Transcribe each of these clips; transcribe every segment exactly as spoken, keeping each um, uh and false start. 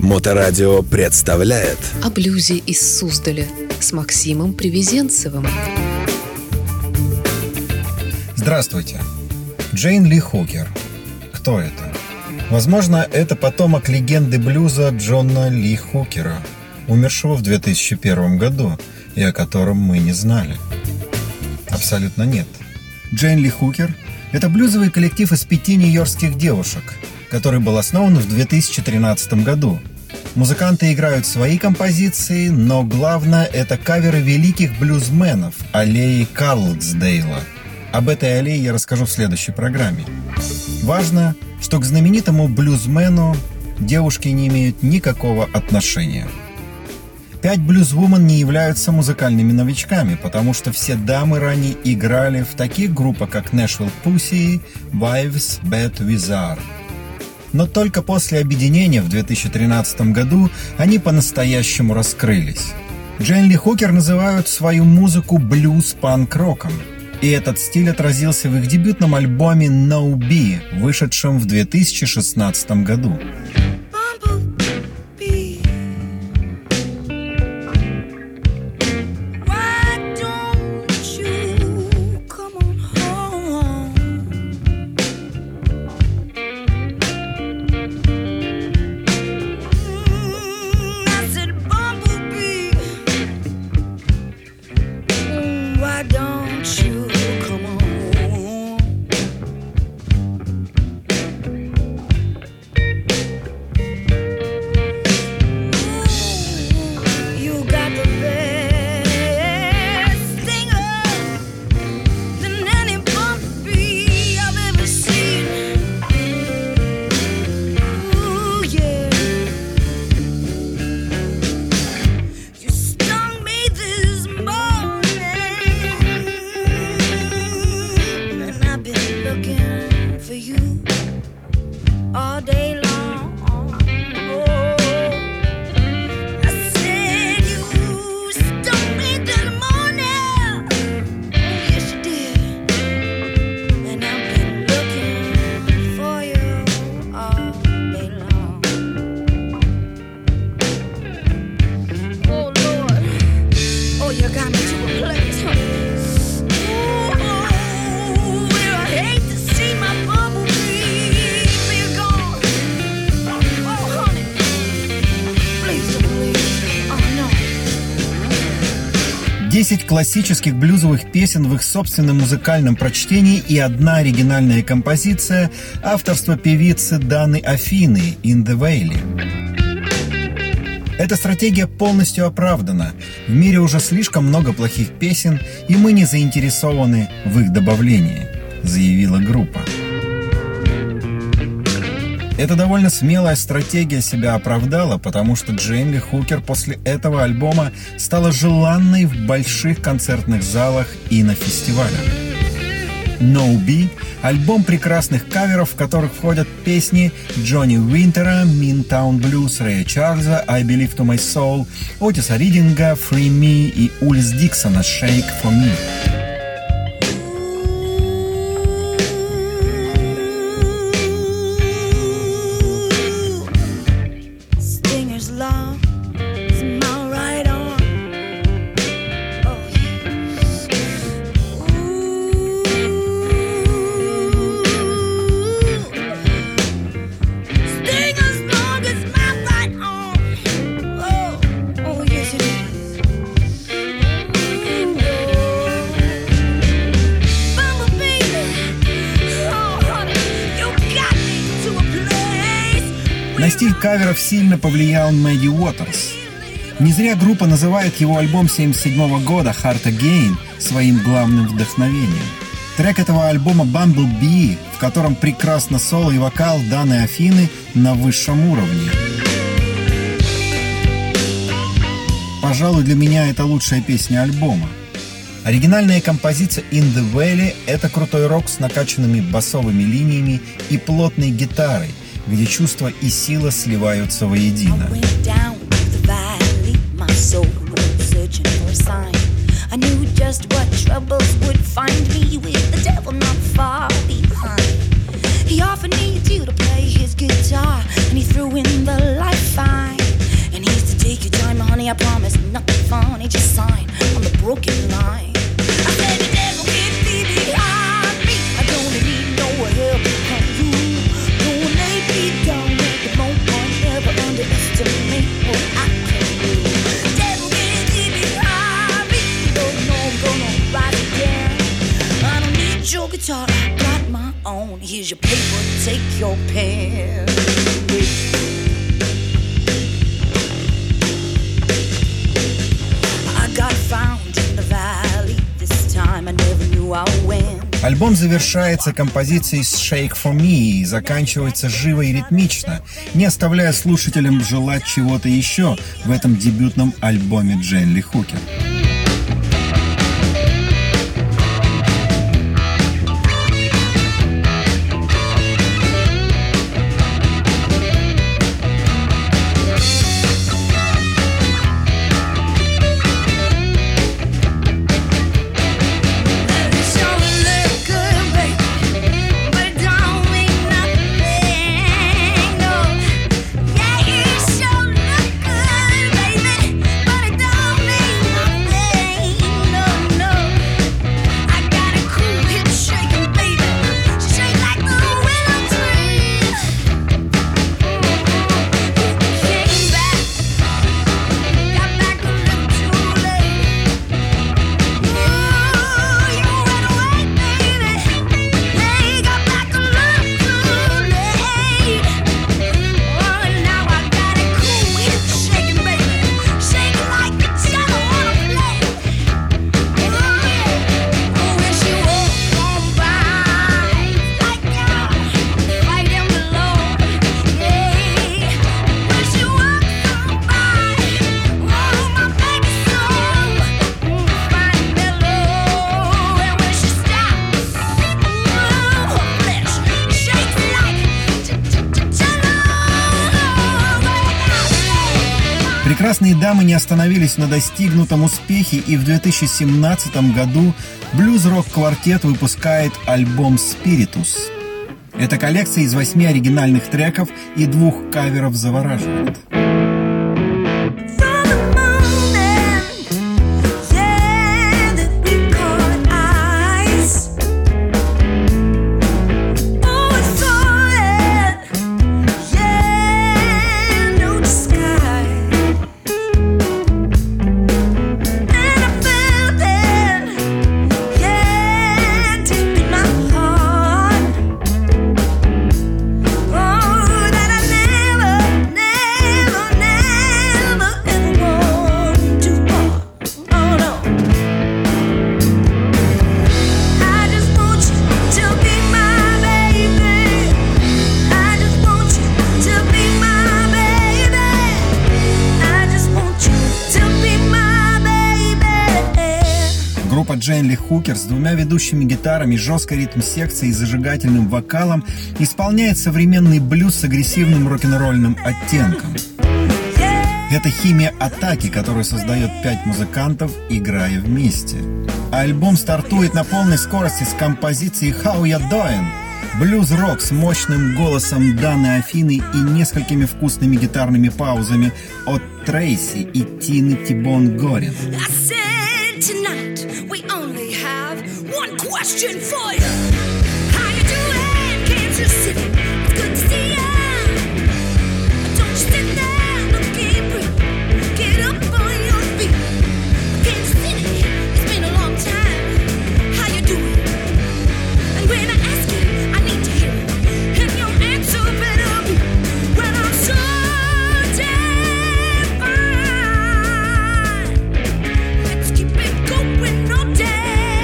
Моторадио представляет О блюзе из Суздаля с Максимом Привезенцевым. Здравствуйте. Джейн Ли Хукер. Кто это? Возможно, это потомок легенды блюза Джона Ли Хукера, умершего в две тысячи первом году, и о котором мы не знали. Абсолютно нет. Джейн Ли Хукер – это блюзовый коллектив из пяти нью-йоркских девушек, который был основан в две тысячи тринадцатом году. Музыканты играют свои композиции, но главное – это каверы великих блюзменов аллеи Карлсдейла. Об этой аллее я расскажу в следующей программе. Важно, что к знаменитому блюзмену девушки не имеют никакого отношения. Пять блюзвумен не являются музыкальными новичками, потому что все дамы ранее играли в таких группах, как Nashville Pussy, Wives, Bad Wizard. Но только после объединения в две тысячи тринадцатом году они по-настоящему раскрылись. Джейн Ли Хукер называют свою музыку блюз-панк-роком, и этот стиль отразился в их дебютном альбоме No Be, вышедшем в две тысячи шестнадцатом году. Десять классических блюзовых песен в их собственном музыкальном прочтении и одна оригинальная композиция авторства певицы Даны Афины «In the Valley». Эта стратегия полностью оправдана. В мире уже слишком много плохих песен, и мы не заинтересованы в их добавлении, заявила группа. Эта довольно смелая стратегия себя оправдала, потому что Джейн Ли Хукер после этого альбома стала желанной в больших концертных залах и на фестивалях. No Be – альбом прекрасных каверов, в которых входят песни Джонни Уинтера, Mean Town Blues, Рэя Чарльза, I Believe to My Soul, Отиса Ридинга, Free Me и Ульс Диксона, Shake for Me. На стиль каверов сильно повлиял Мэдди Уотерс. Не зря группа называет его альбом семьдесят седьмого года «Heart Again» своим главным вдохновением. Трек этого альбома «Bumblebee», в котором прекрасно соло и вокал Даны Афины на высшем уровне. Пожалуй, для меня это лучшая песня альбома. Оригинальная композиция «In the Valley» — это крутой рок с накачанными басовыми линиями и плотной гитарой, где чувства и сила сливаются воедино. He often needs you to play his guitar, and he threw in the lifeline. I promise nothing funny, just sign on the broken line. I said the devil can't be behind me. I don't need no help from you. Don't lay me down at the moment. Never underestimate what I can do. Devil can't be behind me. Don't know I'm gonna rise again. I don't need your guitar, I got my own. Here's your paper, take your pen. Альбом завершается композицией «Shake for Me» и заканчивается живо и ритмично, не оставляя слушателям желать чего-то еще в этом дебютном альбоме Джейн Ли Хукер. Прекрасные дамы не остановились на достигнутом успехе, и в две тысячи семнадцатом году блюз-рок-квартет выпускает альбом «Spiritus». Эта коллекция из восьми оригинальных треков и двух каверов завораживает. Группа Джейн Ли Хукер с двумя ведущими гитарами, жесткой ритм-секцией и зажигательным вокалом исполняет современный блюз с агрессивным рок-н-ролльным оттенком. Это химия атаки, которую создает пять музыкантов, играя вместе. Альбом стартует на полной скорости с композицией «How Ya Doing?», блюз-рок с мощным голосом Даны Афины и несколькими вкусными гитарными паузами от Трейси и Тины Тибон Горин. Question for you. How you doing, Kansas City? It's good to see ya. Don't you sit down, looking pretty. Get up on your feet. Kansas City, it's been a long time. How you doing? And when I ask you, I need to hear it. And your answer better be, well, I'm so damn fine. Let's keep it going all day.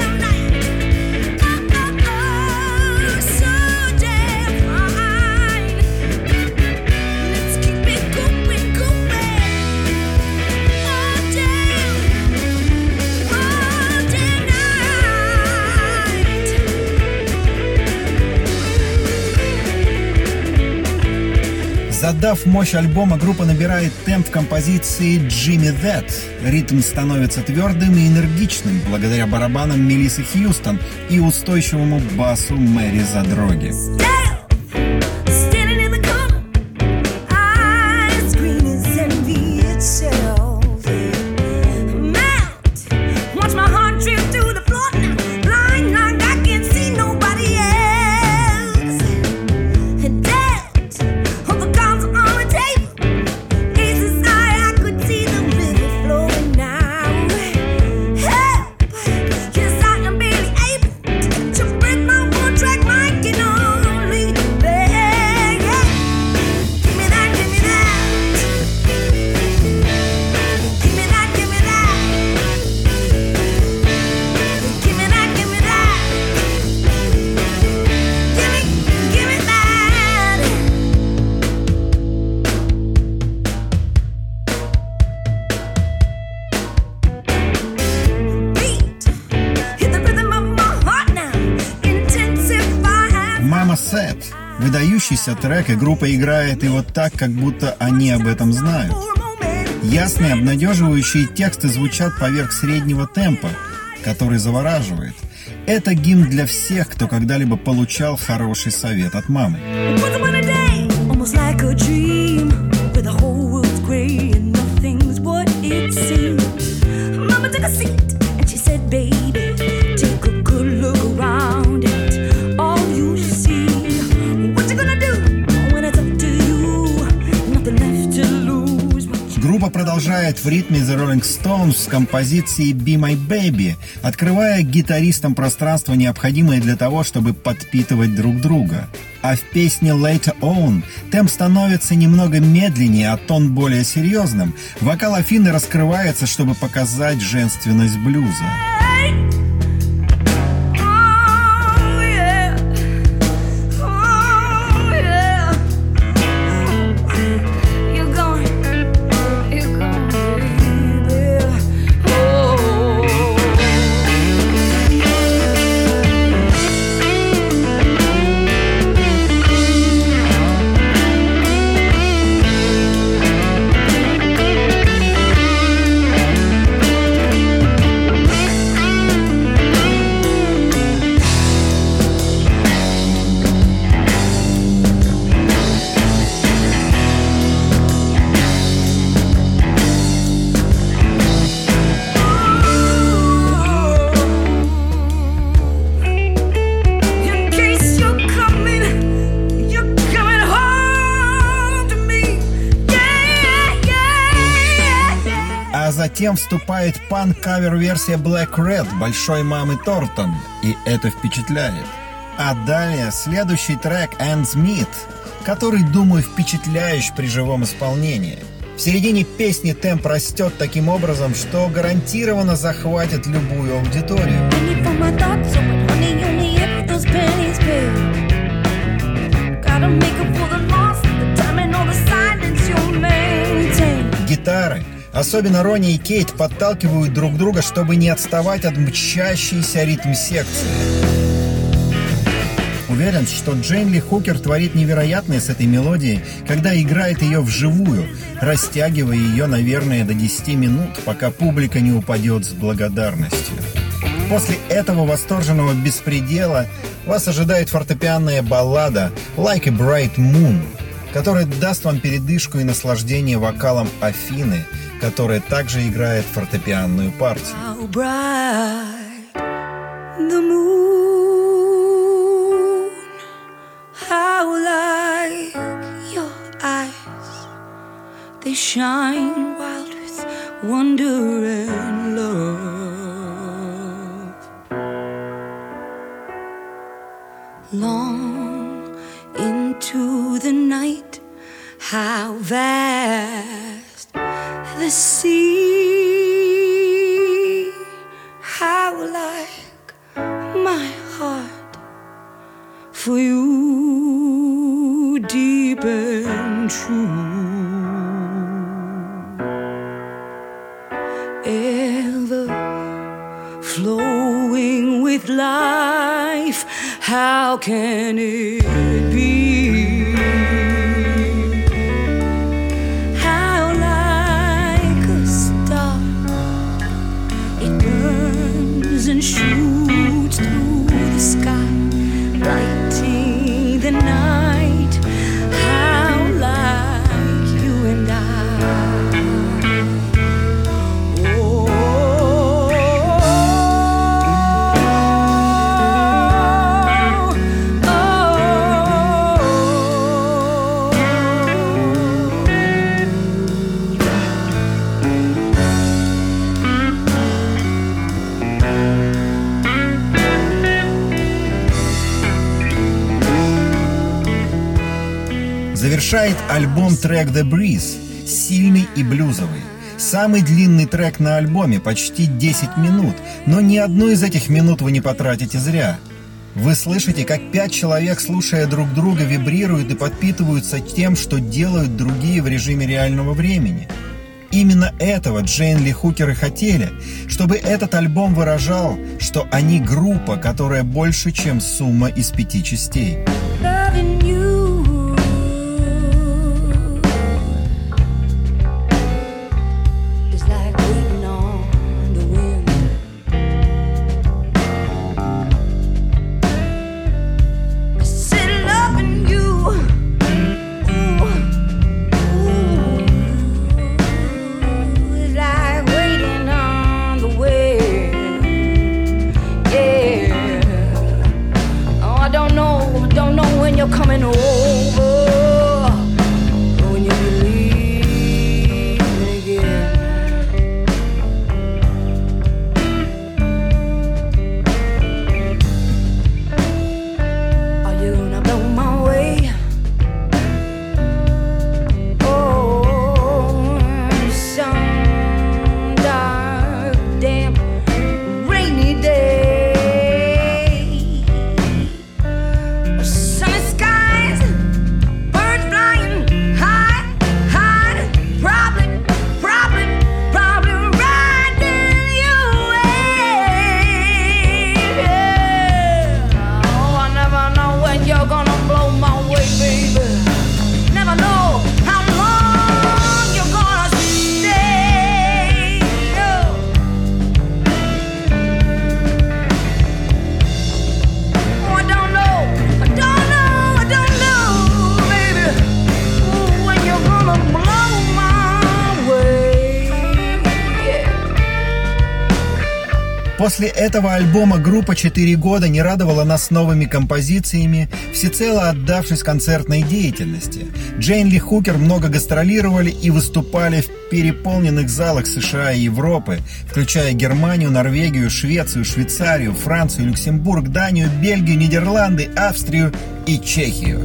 Задав мощь альбома, группа набирает темп в композиции «Jimmy That». Ритм становится твердым и энергичным благодаря барабанам Мелиссы Хьюстон и устойчивому басу Мэри Задроги. Yeah. Выдающийся трек, и группа играет его так, как будто они об этом знают. Ясные, обнадеживающие тексты звучат поверх среднего темпа, который завораживает. Это гимн для всех, кто когда-либо получал хороший совет от мамы. Группа продолжает в ритме The Rolling Stones с композицией Be My Baby, открывая гитаристам пространство, необходимое для того, чтобы подпитывать друг друга. А в песне Later On темп становится немного медленнее, а тон более серьезным. Вокал Афины раскрывается, чтобы показать женственность блюза. Затем вступает панк-кавер-версия Black Red большой мамы Тортон, и это впечатляет. А далее следующий трек Ends Meet, который, думаю, впечатляющий при живом исполнении. В середине песни темп растет таким образом, что гарантированно захватит любую аудиторию. Гитары, особенно Ронни и Кейт, подталкивают друг друга, чтобы не отставать от мчащейся ритм-секции. Уверен, что Джейн Ли Хукер творит невероятное с этой мелодией, когда играет ее вживую, растягивая ее, наверное, до десяти минут, пока публика не упадет с благодарностью. После этого восторженного беспредела вас ожидает фортепианная баллада «Like a Bright Moon», которая даст вам передышку и наслаждение вокалом Афины, которая также играет фортепианную партию. How bright the moon, how like your eyes, they shine wild with wonder and love. Long into the night, how vast the sea, how like my heart for you, deep and true, ever flowing with life. How can it be? And shoots through the sky, lighting the night. How like you and I. Oh, oh, Завершает альбом трек The Breeze, сильный и блюзовый. Самый длинный трек на альбоме, почти десять минут, но ни одну из этих минут вы не потратите зря. Вы слышите, как пять человек, слушая друг друга, вибрируют и подпитываются тем, что делают другие в режиме реального времени. Именно этого Джейн Ли Хукер и хотели, чтобы этот альбом выражал, что они группа, которая больше, чем сумма из пяти частей. loving you. После этого альбома группа четыре года не радовала нас новыми композициями, всецело отдавшись концертной деятельности. Джейн Ли Хукер много гастролировали и выступали в переполненных залах США и Европы, включая Германию, Норвегию, Швецию, Швейцарию, Францию, Люксембург, Данию, Бельгию, Нидерланды, Австрию и Чехию.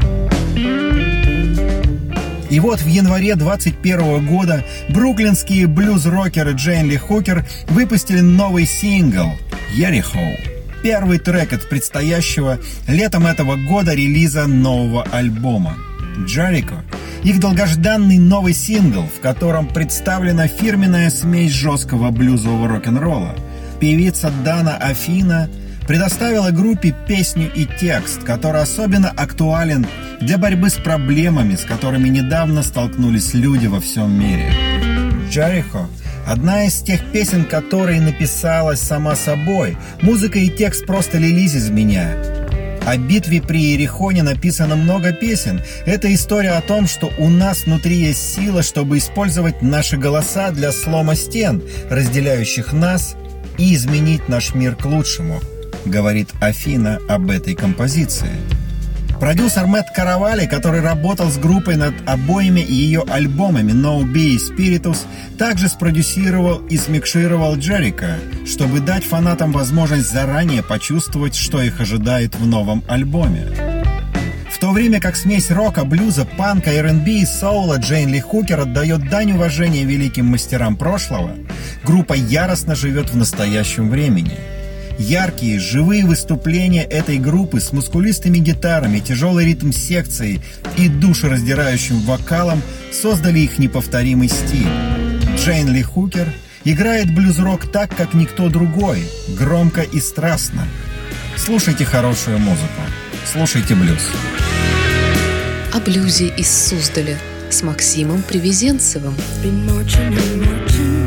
И вот в январе двадцать первого года бруклинские блюз-рокеры Джейн Ли Хукер выпустили новый сингл «Jericho», первый трек от предстоящего летом этого года релиза нового альбома «Jericho». Их долгожданный новый сингл, в котором представлена фирменная смесь жесткого блюзового рок-н-ролла. Певица Дана Афина предоставила группе песню и текст, который особенно актуален для борьбы с проблемами, с которыми недавно столкнулись люди во всем мире. «Jericho» — одна из тех песен, которые написалась сама собой. Музыка и текст просто лились из меня. О битве при Иерихоне написано много песен. Это история о том, что у нас внутри есть сила, чтобы использовать наши голоса для слома стен, разделяющих нас, и изменить наш мир к лучшему, говорит Афина об этой композиции. Продюсер Мэтт Каравали, который работал с группой над обоими ее альбомами No Be Spiritus, также спродюсировал и смикшировал Jericho, чтобы дать фанатам возможность заранее почувствовать, что их ожидает в новом альбоме. В то время как смесь рока, блюза, панка, эр энд би и соула Джейн Ли Хукер отдает дань уважения великим мастерам прошлого, группа яростно живет в настоящем времени. Яркие, живые выступления этой группы с мускулистыми гитарами, тяжелой ритм-секцией и душераздирающим вокалом создали их неповторимый стиль. Джейн Ли Хукер играет блюз-рок так, как никто другой, громко и страстно. Слушайте хорошую музыку, слушайте блюз. О блюзе из Суздаля с Максимом Привезенцевым. Been marching and marching.